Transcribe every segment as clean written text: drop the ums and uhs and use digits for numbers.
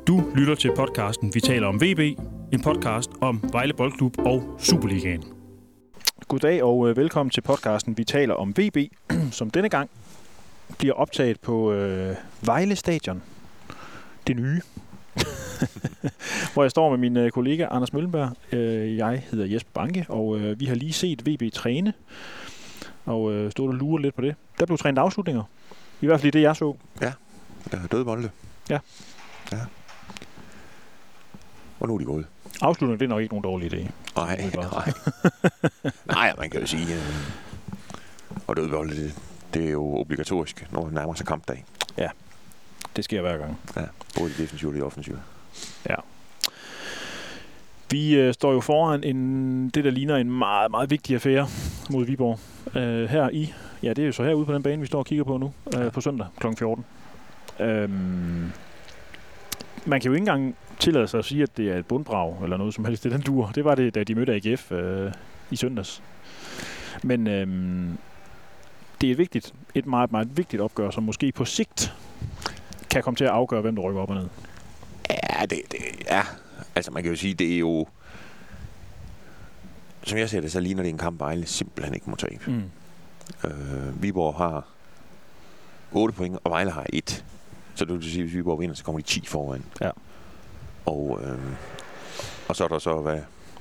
Du lytter til podcasten Vi taler om VB, en podcast om Vejle Boldklub og Superligaen. Goddag og velkommen til podcasten Vi taler om VB, som denne gang bliver optaget på Vejle Stadion. Det nye. Hvor jeg står med min kollega Anders Møllenberg. Jeg hedder Jesper Banke, og vi har lige set VB træne. Og stod og lurer lidt på det. Der blev trænet afslutninger. I hvert fald det, jeg så. Ja, døde bolde. Ja. Og nu er de gået. Afslutninger, det er nok ikke nogen dårlig idé. Nej, man kan jo sige, og døde bolde, det er jo obligatorisk, når det nærmer sig kampdag. Ja, det sker hver gang. Ja, både i defensiv og i offensiv. Ja. Vi står jo foran det, der ligner en meget, meget vigtig affære mod Viborg. Det er jo så herude på den bane, vi står og kigger på nu, på søndag kl. 14. Man kan jo ikke engang tillade sig at sige, at det er et bundbrag, eller noget som helst. Det den dur. Det var det, da de mødte AGF i søndags. Men det er et meget, meget vigtigt opgør, som måske på sigt kan komme til at afgøre, hvem der rykker op og ned. Ja, altså man kan jo sige, det er jo, som jeg ser det, så ligner det en kamp, Vejle simpelthen ikke må tabe. Viborg har 8 point, og Vejle har 1. Så det vil sige, at hvis Viborg vinder, så kommer de 10 foran. Ja. Og så er der så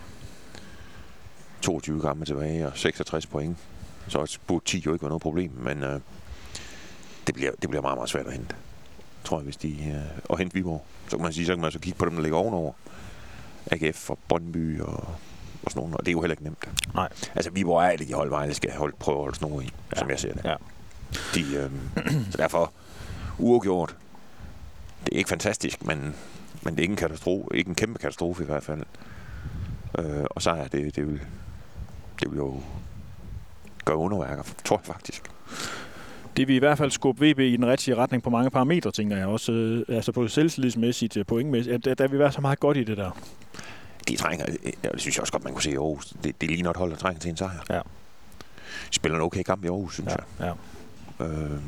22 kampe tilbage og 66 point. Så burde 10 jo ikke være noget problem, men det bliver meget, meget svært at hente. Tror jeg, hvis de at hente Viborg. Så kan man sige, så kan man så kigge på dem, der ligger ovenover. AGF og Brøndby og sådan noget, og det er jo heller ikke nemt. Nej. Altså Viborg er et af de hold, Vejle skal prøve at holde snor i, som jeg ser det. Ja. Så derfor uafgjort. Det er ikke fantastisk, men det er ikke en katastrofe, ikke en kæmpe katastrofe i hvert fald. Og så er det vil jo gøre underværker, tror jeg faktisk. Det vil i hvert fald skubbe VB i den rigtige retning på mange parametre, tænker jeg også. Altså på selvtillidsmæssigt, pointmæssigt. Der vil være så meget godt i det der. De trænger, det synes jeg også godt, man kunne se i Aarhus. Det ligner et hold, der trænger til en sejr. Ja. De spiller en okay kamp i Aarhus, synes jeg. Ja.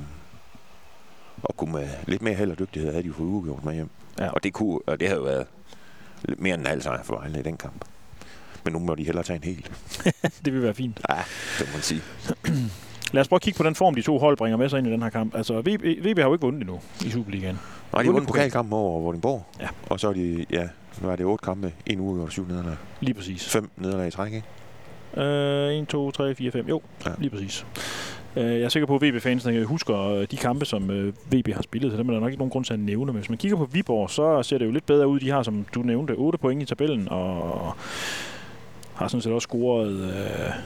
Og kunne med lidt mere held og dygtighed havde de jo fået uafgjort med hjem. Ja. Og det havde jo været mere end en halv sejr for Vejle i den kamp. Men nu må de hellere tage en hel. Det vil være fint. Ja, det må man sige. Lad os prøve at kigge på den form, de to hold bringer med sig ind i den her kamp. Altså, VB har jo ikke vundet endnu i Superligaen. Nej, de har vundet pokalkampen over Vordingborg. Ja. Og så er de, nu er det 8 kampe, 1 uge og 7 nederlag. Lige præcis. 5 nederlag i træk, ikke? 1, 2, 3, 4, 5. Jo, ja. Lige præcis. Jeg er sikker på, at VB-fansene husker de kampe, som VB har spillet, så dem er der nok ikke nogen grund til at nævne. Men hvis man kigger på Viborg, så ser det jo lidt bedre ud. De har, som du nævnte, 8 point i tabellen, og har sådan set også scoret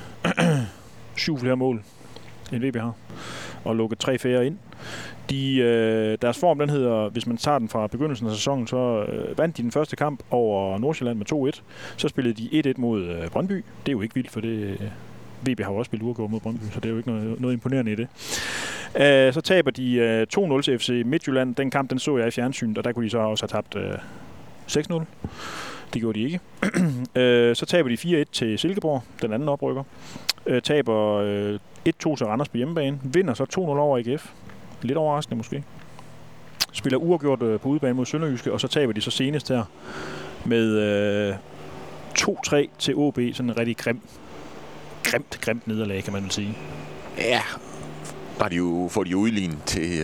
7 flere mål, end VB har, og lukket 3 færre ind. Deres form, den hedder, hvis man tager den fra begyndelsen af sæsonen, så vandt de den første kamp over Nordsjælland med 2-1. Så spillede de 1-1 mod Brøndby. Det er jo ikke vildt, for det VB har jo også spillet uafgjort mod Brøndby, så det er jo ikke noget imponerende i det. Så taber de 2-0 til FC Midtjylland. Den kamp, den så jeg i fjernsynet, og der kunne de så også have tabt 6-0. Det gjorde de ikke. Så taber de 4-1 til Silkeborg, den anden oprykker. Taber 1-2 til Randers på hjemmebane. Vinder så 2-0 over AGF. Lidt overraskende måske. Spiller uafgjort på udebane mod Sønderjyske, og så taber de så senest her med 2-3 til OB. Sådan en rigtig grimt nederlag, kan man vel sige. Ja, der får de udlignet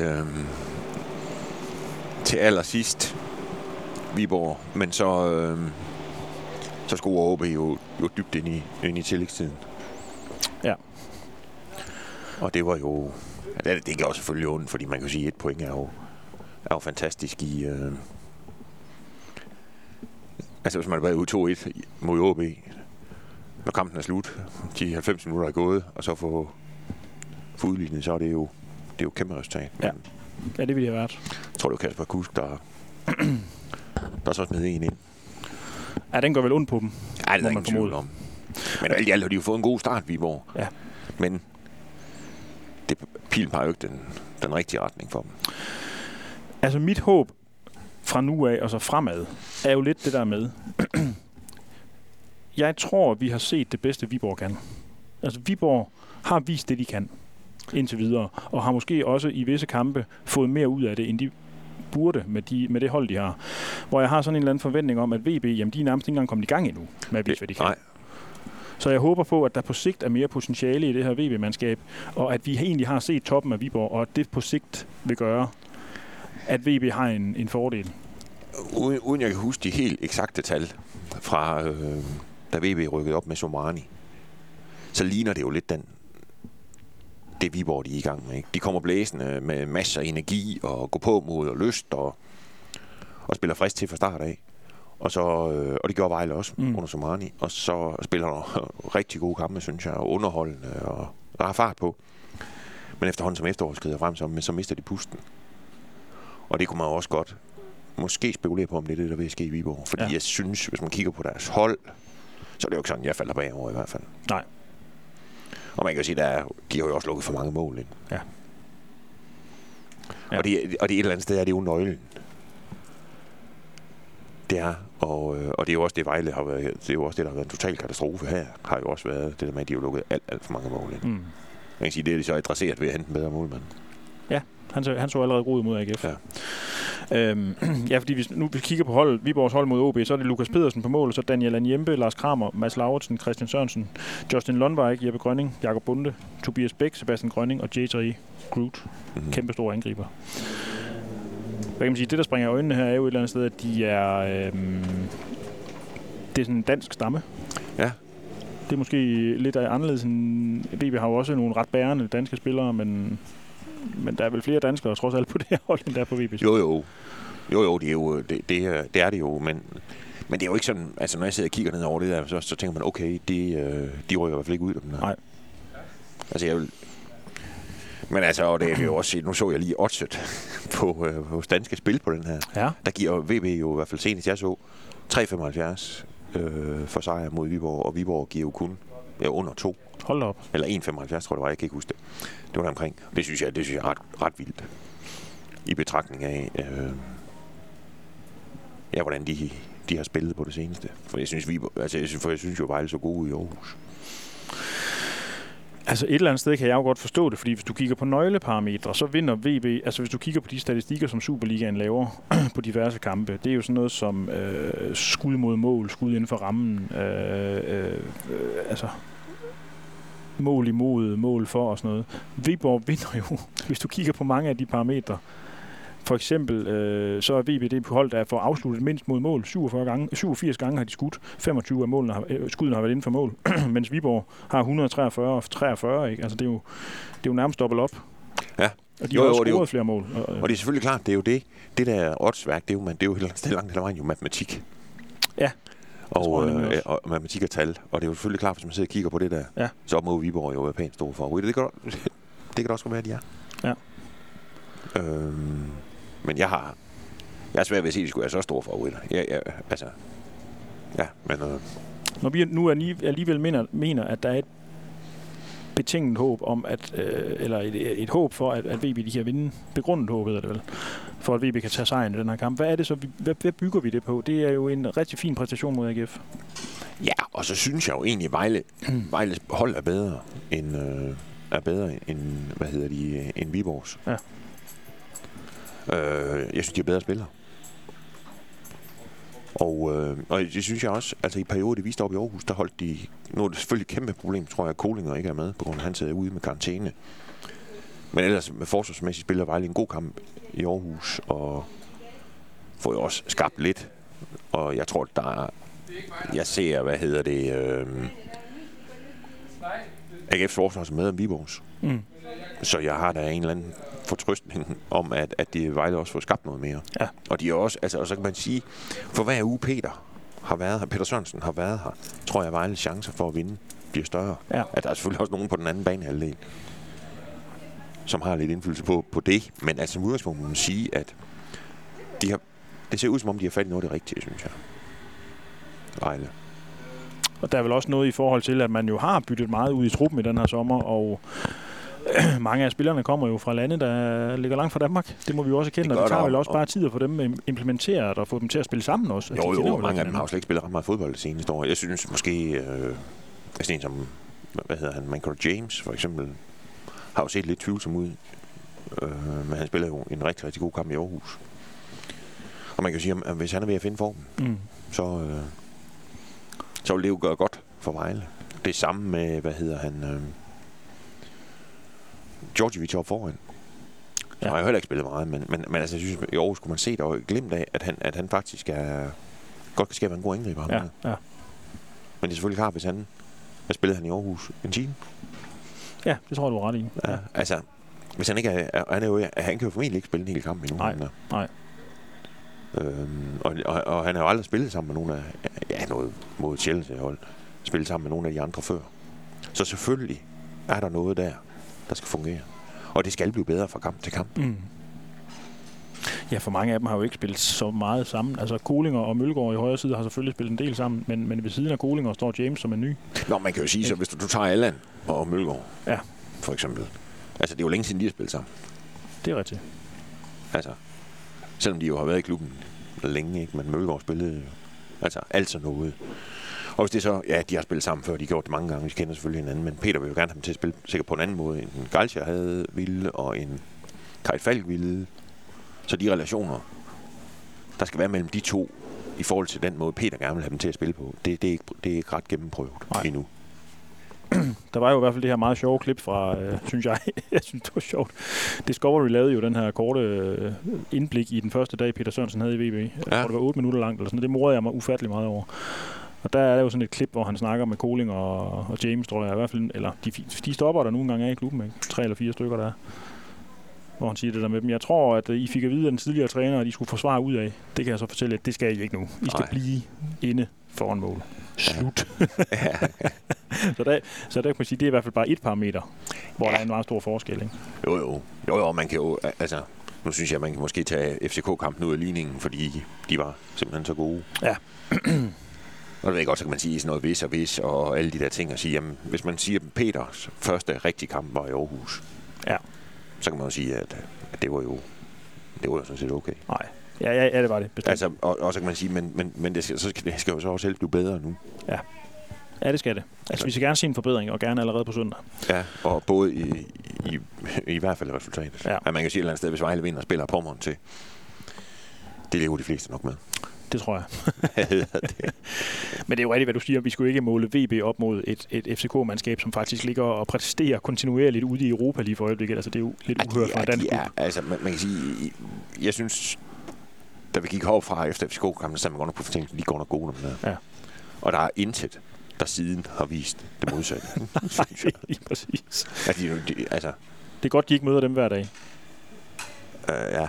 til allersidst Viborg, men så scorer OB jo dybt ind i tillægstiden. Ja. Og det var jo, det gav selvfølgelig ondt, fordi man kan sige, at 1 point er jo fantastisk i. Altså hvis man har været ude 2-1 mod OB, når kampen er slut, de 90 minutter er gået, og så få udlignet, så er det jo et kæmpe resultat. Ja, det ville det have været. Jeg tror, det var Kasper Kusk, der så smed en ind. Ja, den går vel ondt på dem. Ja, det er ingen tvivl om. Men alt i alt har de jo fået en god start, Viborg. Ja. Men pilen har jo ikke den rigtige retning for dem. Altså mit håb fra nu af og så fremad er jo lidt det der med. Jeg tror, vi har set det bedste, Viborg kan. Altså Viborg har vist det, de kan indtil videre, og har måske også i visse kampe fået mere ud af det, end de burde med det hold, de har. Hvor jeg har sådan en eller anden forventning om, at VB, jamen de er nærmest ikke engang kommet i gang endnu med at vise, hvad de kan. Nej. Så jeg håber på, at der på sigt er mere potentiale i det her VB-mandskab, og at vi egentlig har set toppen af Viborg, og at det på sigt vil gøre, at VB har en fordel. Uden jeg kan huske de helt eksakte tal fra da VB rykkede op med Somani, så ligner det jo lidt det Viborg, de er i gang med. Ikke? De kommer blæsende med masser af energi og går på mod og lyst og spiller frisk til fra start af. Og det gjorde Vejle også under Somani. Og så spiller der rigtig gode kampe, synes jeg, og underholdende, og der er fart på. Men efterhånden som efteråret skrider frem, så mister de pusten. Og det kunne man også godt måske spekulere på, om det er det, der vil ske i Viborg. Fordi jeg synes, hvis man kigger på deres hold, så er det jo ikke sådan, jeg falder bagover i hvert fald. Nej. Og man kan jo sige, at de har jo også lukket for mange mål ind. Ja. Og det er et eller andet sted, er det jo nøglen. Det er, og det er jo også det, Vejle har været. Det er jo også det, der har været en total katastrofe her. Har jo også været det der med, at de har lukket alt for mange mål ind. Man kan sige, det er de så adresseret ved at hente en bedre målmand. Ja, han så allerede god mod AGF. Ja. Fordi hvis vi kigger på Viborgs hold mod OB, så er det Lukas Pedersen på mål, så Daniel Anjempe, Lars Kramer, Mads Lauritsen, Christian Sørensen, Justin Lundvik, Jeppe Grønning, Jakob Bunde, Tobias Bæk, Sebastian Grønning og J.J. Groot. Kæmpe store angriber. Hvad kan man sige? Det, der springer i øjnene her, er jo et eller andet sted, at de er... det er sådan en dansk stamme. Ja. Det er måske lidt anderledes end... VB har jo også nogle ret bærende danske spillere, men der er vel flere danskere trods alt på det her hold, end der på VB. Jo, det er jo det er det jo, men det er jo ikke sådan, altså når jeg sidder og kigger ned over det der, så tænker man, okay, de rykker i hvert fald ikke ud af dem der. Nej. Altså jeg vil... Men altså, og det er jo også, nu så jeg lige oddset på danske spil på den her. Ja. Der giver VB jo i hvert fald senest, jeg så 3,75 for sejr mod Viborg, og Viborg giver jo kun under 2. Hold da op. Eller 1,75 tror jeg det var, jeg kan ikke huske det. Det var der omkring. Det synes jeg er ret vildt. I betragtning af, hvordan de har spillet på det seneste. For jeg synes, jeg synes jo, Vejle så gode ud i Aarhus. Altså et eller andet sted kan jeg jo godt forstå det, fordi hvis du kigger på nøgleparametre, så vinder VB, altså hvis du kigger på de statistikker, som Superligaen laver på diverse kampe, det er jo sådan noget som skud mod mål, skud inden for rammen, altså mål imod, mål for og sådan noget. Viborg vinder jo, hvis du kigger på mange af de parametre. For eksempel, så er VB det hold, der får afsluttet mindst mod mål. 87 gange har de skudt. 25 af skuddene har været inden for mål. Mens Viborg har 143 og 43. Ikke? Altså, det er jo nærmest dobbelt op. Ja. Og de har også scoret flere mål. Og det er selvfølgelig klart, det er jo det. Det der oddsværk, det er jo helt langt hen ad vejen jo matematik. Ja. Og matematik og tal. Og det er jo selvfølgelig klart, hvis man sidder og kigger på det der, så må Viborg jo være pænt store favorit. Det kan da også være, at de er. Ja. Men jeg er svært ved at sige, at de skulle være så store favoritter. Men... Når vi nu alligevel mener, at der er et betinget håb om, eller et håb for, at VB de kan vinde, begrundet håb, hedder det vel, for at VB kan tage sejren i den her kamp. Hvad er det så, hvad bygger vi det på? Det er jo en rigtig fin præstation mod AGF. Ja, og så synes jeg jo egentlig, at Vejles hold er bedre end... end Viborgs. Ja. Jeg synes, de er bedre spillere. Og det synes jeg også, altså i perioden, de viste op i Aarhus, der holdt de... Nu er det selvfølgelig et kæmpe problem, tror jeg, at Kolinger ikke er med, på grund af, at han sidder ude med karantæne. Men ellers med forsvarsmæssigt spiller Vejle en god kamp i Aarhus, og får jo også skabt lidt. Og jeg tror, jeg ser, AGF's forsvar som med om Viborgs. Så jeg har da en eller anden fortrøstning om, at de Vejle også får skabt noget mere. Ja. Og de er også, altså, og så kan man sige, for hver uge Peter Sørensen har været her, tror jeg, at Vejles chancer for at vinde bliver større. Ja. At der er selvfølgelig også nogen på den anden banehalvdel, som har lidt indflydelse på det. Men altså som udgangspunkt må man sige, at det ser ud som om, de har fat i noget af det rigtige, synes jeg. Vejle. Og der er vel også noget i forhold til, at man jo har byttet meget ud i truppen i den her sommer, og mange af spillerne kommer jo fra lande, der ligger langt fra Danmark. Det må vi jo også erkende, og det tager vel også bare tid at få dem implementeret og få dem til at spille sammen også. Jo, mange af dem har jo slet ikke spillet ret meget fodbold det seneste år. Jeg synes måske, en som, Michael James for eksempel, har jo set lidt tvivlsom ud. Men han spiller jo en rigtig, rigtig god kamp i Aarhus. Og man kan sige, at hvis han er ved at finde formen, så vil det jo gøre godt for Vejle. Det samme med, Djordjevic op foran. Så har jeg heller ikke spillet meget, men altså, jeg synes, i Aarhus kunne man se der og glemt af, at han faktisk godt kan skabe en god angriber. Ja. Men det er selvfølgelig klart, hvis hvad spillede han i Aarhus? En time? Ja, det tror jeg, du er ret i. Ja. Altså, hvis han ikke han kan jo formentlig ikke spille en hel kamp endnu. Nej. Og han har jo aldrig spillet sammen med nogen af, noget mod Chelsea-hold, spillet sammen med nogle af de andre før. Så selvfølgelig er der noget der skal fungere. Og det skal blive bedre fra kamp til kamp. Ja, for mange af dem har jo ikke spillet så meget sammen. Altså, Kolinger og Mølgaard i højre side har selvfølgelig spillet en del sammen, men ved siden af Kolinger står James som en ny. Nå, man kan jo sige, så hvis du tager Allan og Mølgaard, for eksempel. Altså, det er jo længe siden, de har spillet sammen. Det er rigtigt. Altså, selvom de jo har været i klubben længe, ikke? Men Mølgaard spillede altså noget. Og hvis det så, de har spillet sammen før, de har gjort det mange gange, de kender selvfølgelig hinanden, men Peter vil jo gerne have dem til at spille sikkert på en anden måde, end Galcia havde ville, og en Kai Falk ville. Så de relationer, der skal være mellem de to, i forhold til den måde, Peter gerne vil have dem til at spille på, det er ikke ret gennemprøvet endnu. Der var jo i hvert fald det her meget sjove klip fra, synes jeg. Jeg synes, det var sjovt. Discovery lavede jo den her korte indblik i den første dag, Peter Sørensen havde i VB. Jeg tror, det var 8 minutter langt, eller sådan. Det morede jeg mig ufattelig meget over. Og der er jo sådan et klip, hvor han snakker med Koling og James, tror jeg i hvert fald. Eller de stopper der nogle gange af i klubben, ikke? 3 eller 4 stykker der er. Hvor han siger det der med dem. Jeg tror, at I fik at vide, at den tidligere træner, at I skulle forsvare ud af. Det kan jeg så fortælle, at det skal I ikke nu. I skal blive inde foran mål. Slut. Så der kan man sige, det er i hvert fald bare et parameter, hvor der er en meget stor forskel, ikke? Jo, man kan jo, altså, nu synes jeg, man kan måske tage FCK-kampen ud af ligningen, fordi de var simpelthen så gode. Ja. Og det ved jeg godt, så kan man sige sådan noget vis og alle de der ting, og sige, jamen, hvis man siger, at Peters første rigtige kamp var i Aarhus, så kan man jo sige, at det var jo sådan set okay. Nej. Ja, det var det. Bestemt. Altså, og så kan man sige, men det skal jo så også selv blive bedre nu. Ja, det skal det. Altså, vi skal gerne se en forbedring, og gerne allerede på søndag. Ja, og både i hvert fald resultatet. Ja. At man kan sige et eller andet sted, hvis Vejle vinder og spiller Pommern til, det lever de fleste nok med. Det tror jeg. Men det er jo rigtigt, hvad du siger. Vi skulle ikke måle VB op mod et FCK-mandskab, som faktisk ligger og præsterer kontinuerligt ude i Europa lige for øjeblikket. Altså, det er jo lidt uhørt fra en dansk klub. Altså, man kan sige, jeg synes, da vi gik herfra efter FCK-kampen, så man godt nok på fortællingen, de går nok gode dem der. Ja. Og der er intet, der siden har vist det modsatte. Nej, lige præcis. Altså, det er godt, de ikke møder dem hver dag. Ja.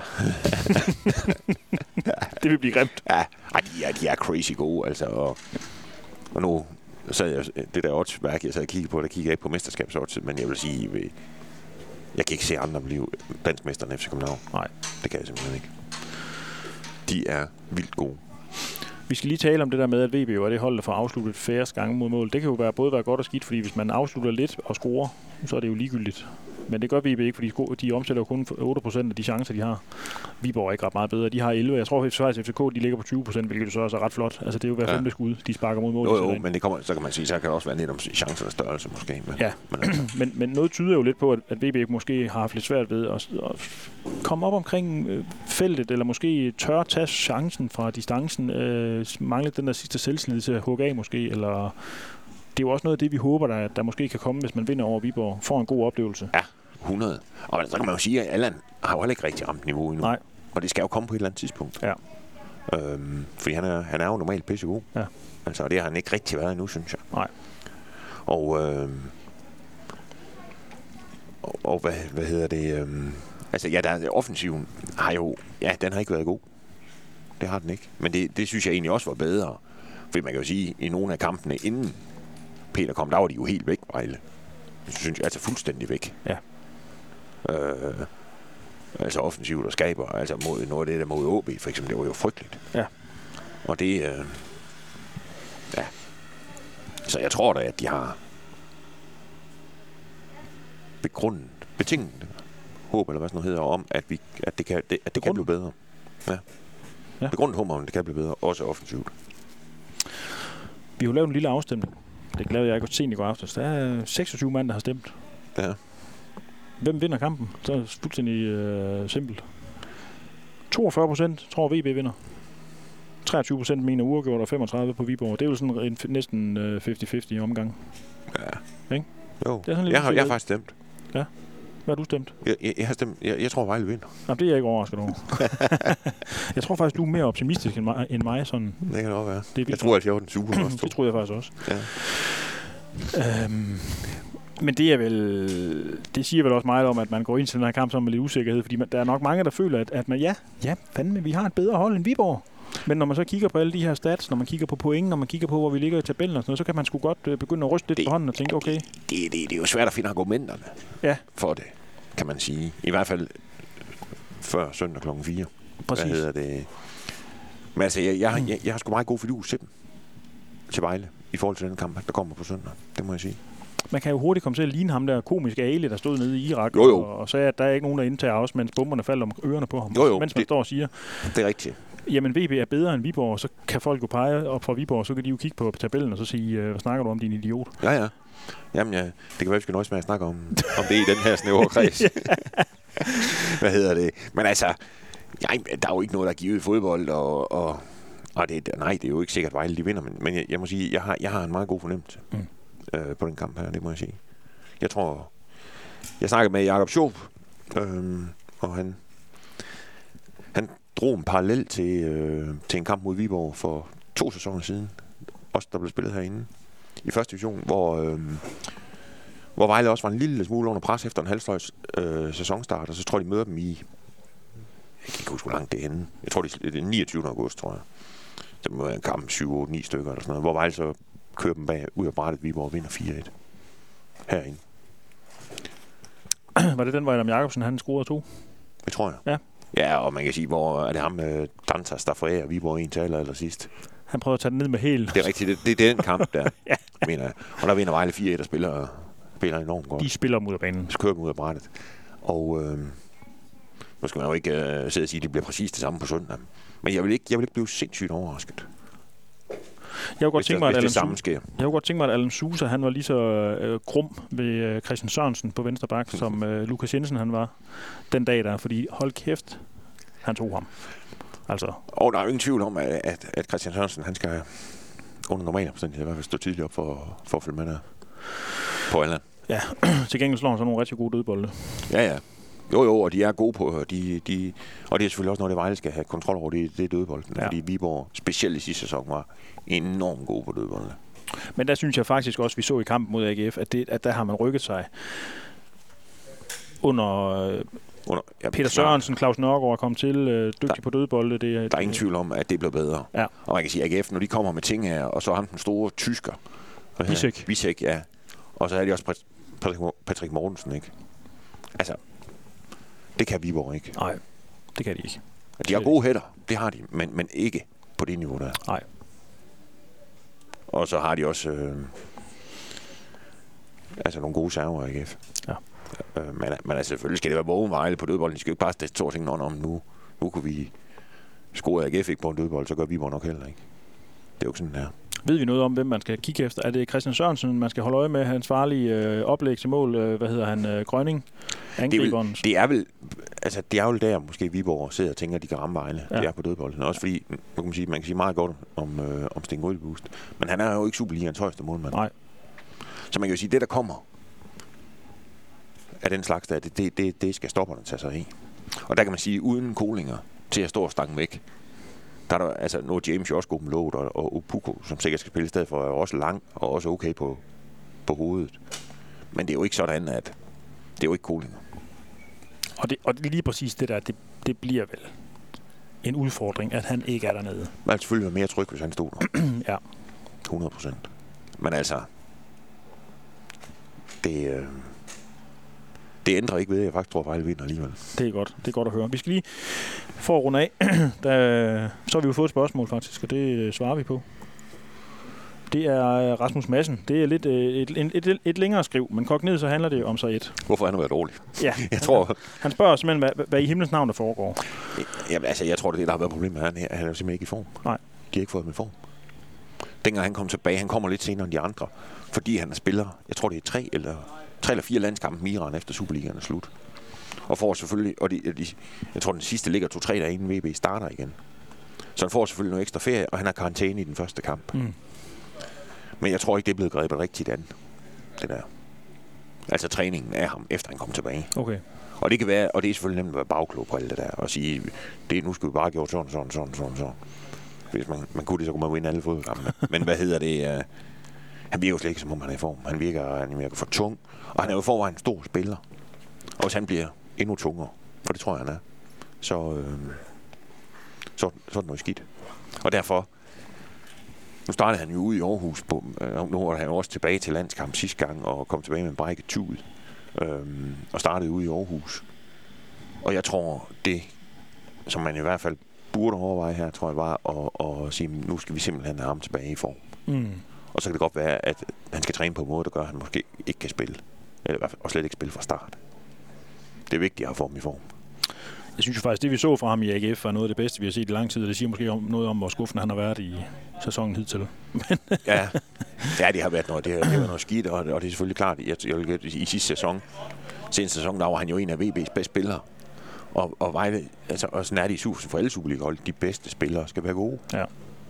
Det vil blive grimt. Ja, de er crazy gode, altså. Og nu sad jeg, det der oddsværk, jeg sad og kiggede på, der kiggede jeg ikke på mesterskabsodds, men jeg vil sige, jeg kan ikke se andre blive dansk mester end FC København. Nej. Det kan jeg simpelthen ikke. De er vildt gode. Vi skal lige tale om det der med, at VB er det hold, der får afsluttet færrest gange mod mål. Det kan jo både være godt og skidt, fordi hvis man afslutter lidt og scorer, så er det jo ligegyldigt. Men det gør VB ikke, fordi de omsætter jo kun 8% af de chancer, de har. Viborg er ikke ret meget bedre. De har 11. Jeg tror faktisk, at FCK de ligger på 20%, hvilket så også er ret flot. Altså, det er jo hver 5. skud, de sparker mod mål. Jo, men det kommer, så kan man sige, så kan det også være lidt om chancernes størrelse måske. Men noget tyder jo lidt på, at VB måske har haft lidt svært ved at komme op omkring feltet, eller måske tør tage chancen fra distancen. Mangle den der sidste selvtillid til at hugge af måske, eller... Det er jo også noget af det, vi håber, der måske kan komme, hvis man vinder over Viborg. Får en god oplevelse. Ja, 100. Og så kan man jo sige, at Allan har jo heller ikke rigtig ramt niveau endnu. Nej. Og det skal jo komme på et eller andet tidspunkt. Ja. Fordi han er jo normalt pissegod. Ja. Altså, og det har han ikke rigtig været endnu, synes jeg. Nej. Og hvad hedder det? Altså, ja, offensiven har jo... Ja, den har ikke været god. Det har den ikke. Men det synes jeg egentlig også var bedre. Fordi man kan jo sige, i nogle af kampene inden Peter kom, der var de jo helt væk, Vejle. Synes jeg, altså fuldstændig væk. Ja. Altså offensivt og skaber, altså mod noget af det der mod OB, for eksempel, det var jo frygteligt. Ja. Og det, ja. Så jeg tror da, at de har betinget håb, eller hvad sådan noget hedder, om, at det kan blive bedre. Ja. Begrundet håb om, at det kan blive bedre, også offensivt. Vi har lavet en lille afstemning. Det lavede jeg godt sent i går aftes. Der er 26 mand, der har stemt. Ja. Hvem vinder kampen? Så er det fuldstændig simpelt. 42% tror VB vinder. 23% mener uafgjort og 35 på Viborg. Det er jo sådan en næsten 50-50 omgang. Ja. Ikke? Jo. Det er sådan lidt Jeg har faktisk stemt. Ja. Hvad har du stemt? Jeg har stemt. Jeg tror, Vejle vinder. Jamen, det er jeg ikke overrasket over. Jeg tror faktisk, du er mere optimistisk end mig. Sådan. Det kan det også være. Jeg tror, at jeg var den super også. Det tror jeg faktisk også. Ja. Men det siger vel også meget om, at man går ind til den her kamp som med lidt usikkerhed, fordi der er nok mange, der føler, at man, fandme, vi har et bedre hold end Viborg. Men når man så kigger på alle de her stats, når man kigger på point, når man kigger på, hvor vi ligger i tabellen og sådan noget, så kan man sgu godt begynde at ryste lidt på hånden og tænke, okay. Det er jo svært at finde argumenterne for det, kan man sige. I hvert fald før søndag kl. 4. Præcis. Hvad hedder det? Men altså, jeg har sgu meget god fidus til Vejle i forhold til den kamp, der kommer på søndag. Det må jeg sige. Man kan jo hurtigt komme til at ligne ham der komiske Ale, der stod nede i Irak og sagde, at der er ikke nogen, der indtager også, mens bomberne faldt om ørerne på ham. Mens man står og siger, det er rigtigt. Jamen, VB er bedre end Viborg, så kan folk jo pege op fra Viborg, så kan de jo kigge på tabellen og så sige, hvad snakker du om, din idiot? Ja. Jamen, det kan være, vi skal nøjes med at snakke om det i den her snævre kreds. Hvad hedder det? Men altså, der er jo ikke noget, der er givet i fodbold, og det er jo ikke sikkert, at Vejle de vinder, men jeg må sige, jeg har en meget god fornemmelse på den kamp her, det må jeg sige. Jeg tror, jeg snakkede med Jakob Schoop, og han drog en parallel til en kamp mod Viborg for 2 sæsoner siden. Også der blev spillet herinde i første division, hvor Vejle også var en lille smule under pres efter en halvsløjs sæsonstart, og så tror jeg, de møder dem i, jeg kan ikke huske, hvor langt det er henne. Jeg tror, det er 29. august, tror jeg. Det må være en kamp 7, 8, 9 stykker eller sådan noget, hvor Vejle så kører dem bag ud af brættet, Viborg vinder 4-1 herinde. Var det den, hvor Adam Jacobsen, han scorede 2? Det tror jeg. Ja. Ja, og man kan sige, hvor er det ham, Dantas, der forærer Viborg en til eller sidst. Han prøvede at tage den ned med hæl. Det er rigtigt, det er den kamp der, mener jeg. Og der vinder Vejle 4-1 og spiller enormt godt. De spiller dem ud af banen. Så kører dem ud af brættet. Og nu skal man jo ikke sidde og sige, at det bliver præcis det samme på søndag. Men jeg vil ikke blive sindssygt overrasket. Jeg kunne godt tænke mig, at Allen Sousa, han var lige så grum ved Christian Sørensen på venstre bak, som Lukas Jensen han var den dag der, fordi hold kæft, han tog ham. Altså. Og der er jo ingen tvivl om, at Christian Sørensen, han skal under normale omstændigheder i hvert fald stå tidligt op for at følge med der på Alland. Ja, til gengæld slår han så nogle rigtig gode dødbolde. Ja. Jo, og de er gode på, og det er selvfølgelig også noget, det Vejle skal have kontrol over, det er dødbolden. Ja. Fordi Viborg, specielt i sidste sæson, var enormt gode på dødboldene. Men der synes jeg faktisk også, vi så i kampen mod AGF, at der har man rykket sig under Peter Sørensen, Claus Nørgaard kom til, dygtig på dødbolde. Der er ingen tvivl om, at det blev bedre. Ja. Og man kan sige, at AGF, når de kommer med ting her, og så har han den store tysker. Bisek, ja. Og så er de også Patrick Mortensen, ikke? Altså, det kan Viborg ikke. Nej, det kan de ikke. De har gode hætter, det har de, men ikke på det niveau der. Nej. Og så har de også nogle gode server i AGF. Ja. Men altså, selvfølgelig skal det være vågen Vejle på dødbolden. De skal jo ikke bare stå og tænke om nu kunne vi score AGF ikke på en dødbold, så gør Viborg nok heller ikke. Det er jo ikke sådan der. Ved vi noget om, hvem man skal kigge efter? Er det Christian Sørensen, man skal holde øje med, hans farlige oplæg til mål? Grønning? Angriberen? Det er vel der, måske Viborg sidder og tænker, at de kan ramme Vejle. Ja. Det er på dødbolden. Også fordi, man kan sige meget godt om Sten Grydelbust. Men han er jo ikke Superligaens højeste målmand. Nej. Så man kan jo sige, det der kommer af den slags der, det skal stopperne tage sig af. Og der kan man sige, uden Kolinger til at stå og stange væk, der er der, nu er James jo også god med låget, og Upuko, som sikkert skal spille i stedet for, er også lang og også okay på hovedet. Men det er jo ikke sådan, at det er jo ikke Kolinger. Og det lige præcis det der, det bliver vel en udfordring, at han ikke er dernede. Man vil selvfølgelig være mere tryg, hvis han stod der. Ja. 100%. Men altså, det ændrer ikke ved, at jeg faktisk tror, at Vejle vinder alligevel. Det er godt at høre. Vi skal lige for at runde af. Så har vi jo fået et spørgsmål faktisk, og det svarer vi på. Det er Rasmus Madsen. Det er lidt et længere skriv, men kogt ned, så handler det om så et. Hvorfor han har været dårlig? Ja, jeg tror. Han spørger simpelthen, hvad i himlens navn der foregår. Jamen, altså, jeg tror, det er det, der har været problemet. Han er simpelthen ikke i form. Nej. De har ikke fået ham i form. Dengang han kom tilbage, han kommer lidt senere end de andre, fordi han er spiller, jeg tror, det er 3 eller 4 landskampe med Iran efter Superligaen er slut. Og får selvfølgelig, og jeg tror, den sidste ligger 2-3 dage inden VB starter igen. Så han får selvfølgelig noget ekstra ferie, og han har karantæne i den første kamp. Men jeg tror ikke, det er blevet grebet rigtigt an, det der. Altså træningen af ham, efter han kom tilbage. Okay. Og det kan være, og det er selvfølgelig nemt at være bagklog på alt det der, og sige, nu skal vi bare gøre sådan. Hvis man kunne det, så kunne man vinde alle fodboldkampe. Men hvad hedder det? Han virker jo slet ikke, som om han er i form. Han virker for tung, og han er jo i forvejen en stor spiller. Og hvis han bliver endnu tungere, for det tror jeg, han er, så er det noget skidt. Og derfor, nu startede han jo ude i Aarhus, nu var han også tilbage til landskamp sidste gang, og kom tilbage med en brækket tud, og startede ude i Aarhus. Og jeg tror, det, som man i hvert fald burde overveje her, tror jeg, var at sige, nu skal vi simpelthen have ham tilbage i form. Og så kan det godt være, at han skal træne på en måde, der gør, at han måske ikke kan spille. Eller i hvert fald og slet ikke spille fra start. Det er vigtigt at have form i form. Jeg synes jo faktisk, det vi så fra ham i AGF var noget af det bedste, vi har set i lang tid. Det siger måske noget om, hvor skuffende han har været i sæsonen hidtil. Ja, det har været noget. Det har været noget skidt, og det er selvfølgelig klart, i sidste sæson, seneste sæson, der var han jo en af VB's bedste spillere. Og Vejle, altså, og sådan er det i for alle Superliga-hold, de bedste spillere skal være gode. Ja.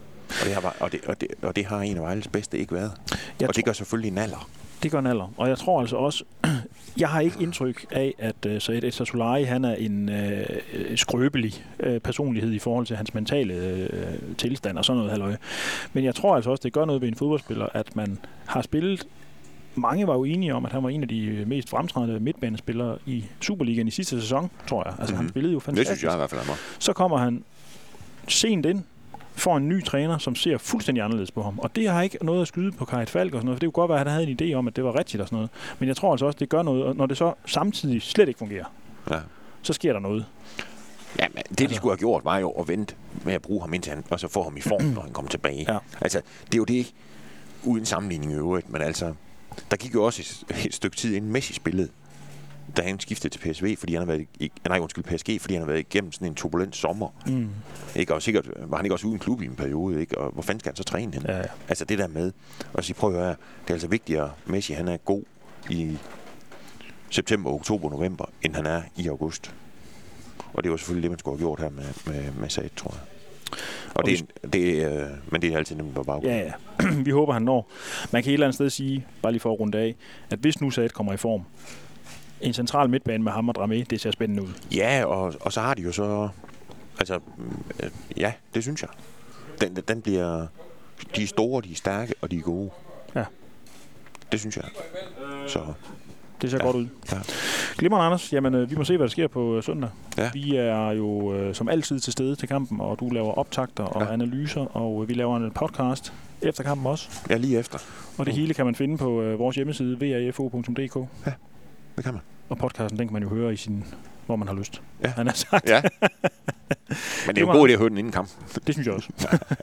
Og det har en af Vejles bedste ikke været. Og det gør selvfølgelig en alder. Det gør en alder. Og jeg tror altså også, jeg har ikke indtryk af, at Said Essasolari, han er en skrøbelig personlighed i forhold til hans mentale tilstand og sådan noget halløj. Men jeg tror altså også, det gør noget ved en fodboldspiller, at man har spillet. Mange var jo enige om, at han var en af de mest fremtrædende midtbanespillere i Superligaen i sidste sæson, tror jeg. Altså han spillede jo fantastisk. Det synes jeg i hvert fald er meget. Så kommer han sent ind, får en ny træner, som ser fuldstændig anderledes på ham. Og det har ikke noget at skyde på Kajt Falk og sådan noget, for det kunne godt være, at han havde en idé om, at det var rigtigt og sådan noget. Men jeg tror altså også, det gør noget, og når det så samtidig slet ikke fungerer, så sker der noget. Ja, men det de skulle have gjort, var jo at vente med at bruge ham indtil han, og så få ham i form, når han kommer tilbage. Ja. Altså, det er jo det, uden sammenligning i øvrigt, men altså, der gik jo også et stykke tid inden Messi spillede, da han skiftede til PSV, fordi han har været PSG, fordi han har været igennem sådan en turbulent sommer. Ikke? Og sikkert var han ikke også uden klub i en periode, ikke? Og hvor fanden skal han så træne henne? Ja. Altså det der med at sige, prøv at høre, det er altså vigtigere, Messi han er god i september, oktober, november, end han er i august. Og det var selvfølgelig det, man skulle have gjort her med Said, tror jeg. Og men det er altid nemt på baggrund. Ja. Vi håber, han når. Man kan et eller andet sted sige, bare lige for at runde af, at hvis nu Said kommer i form, en central midtbane med ham og Dramé, det ser spændende ud. Ja, og så har de jo så... Altså, ja, det synes jeg. Den bliver... De er store, de er stærke, og de er gode. Ja. Det synes jeg. Så... Det ser godt ud. Ja. Glimrende, Anders. Jamen, vi må se, hvad der sker på søndag. Ja. Vi er jo som altid til stede til kampen, og du laver optakter og analyser, og vi laver en podcast efter kampen også. Ja, lige efter. Og det hele kan man finde på vores hjemmeside, vrfo.dk. Ja, det kan man. Og podcasten, den kan man jo høre i hvor man har lyst. Ja. Han har sagt. Ja. Men det er jo god idé at høre den inden kampen. Det synes jeg også.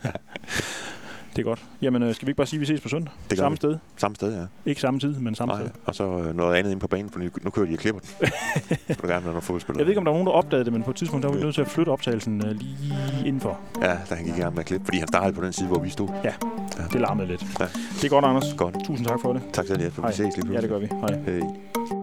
Det er godt. Jamen, skal vi ikke bare sige, at vi ses på søndag? Samme sted? Samme sted, ja. Ikke samme tid, men samme sted. Og så noget andet inde på banen, for nu kører de og klipper den. Jeg ved ikke, om der var nogen, der opdagede det, men på et tidspunkt, der var vi nødt til at flytte optagelsen lige indenfor. Ja, der han gik i gang med at klippe, fordi han startede på den side, hvor vi stod. Ja, det larmede lidt. Ja. Det er godt, Anders. Godt. Tusind tak for det. Tak skal du have. Vi ses lige pludselig. Ja, det gør vi. Hej. Hej.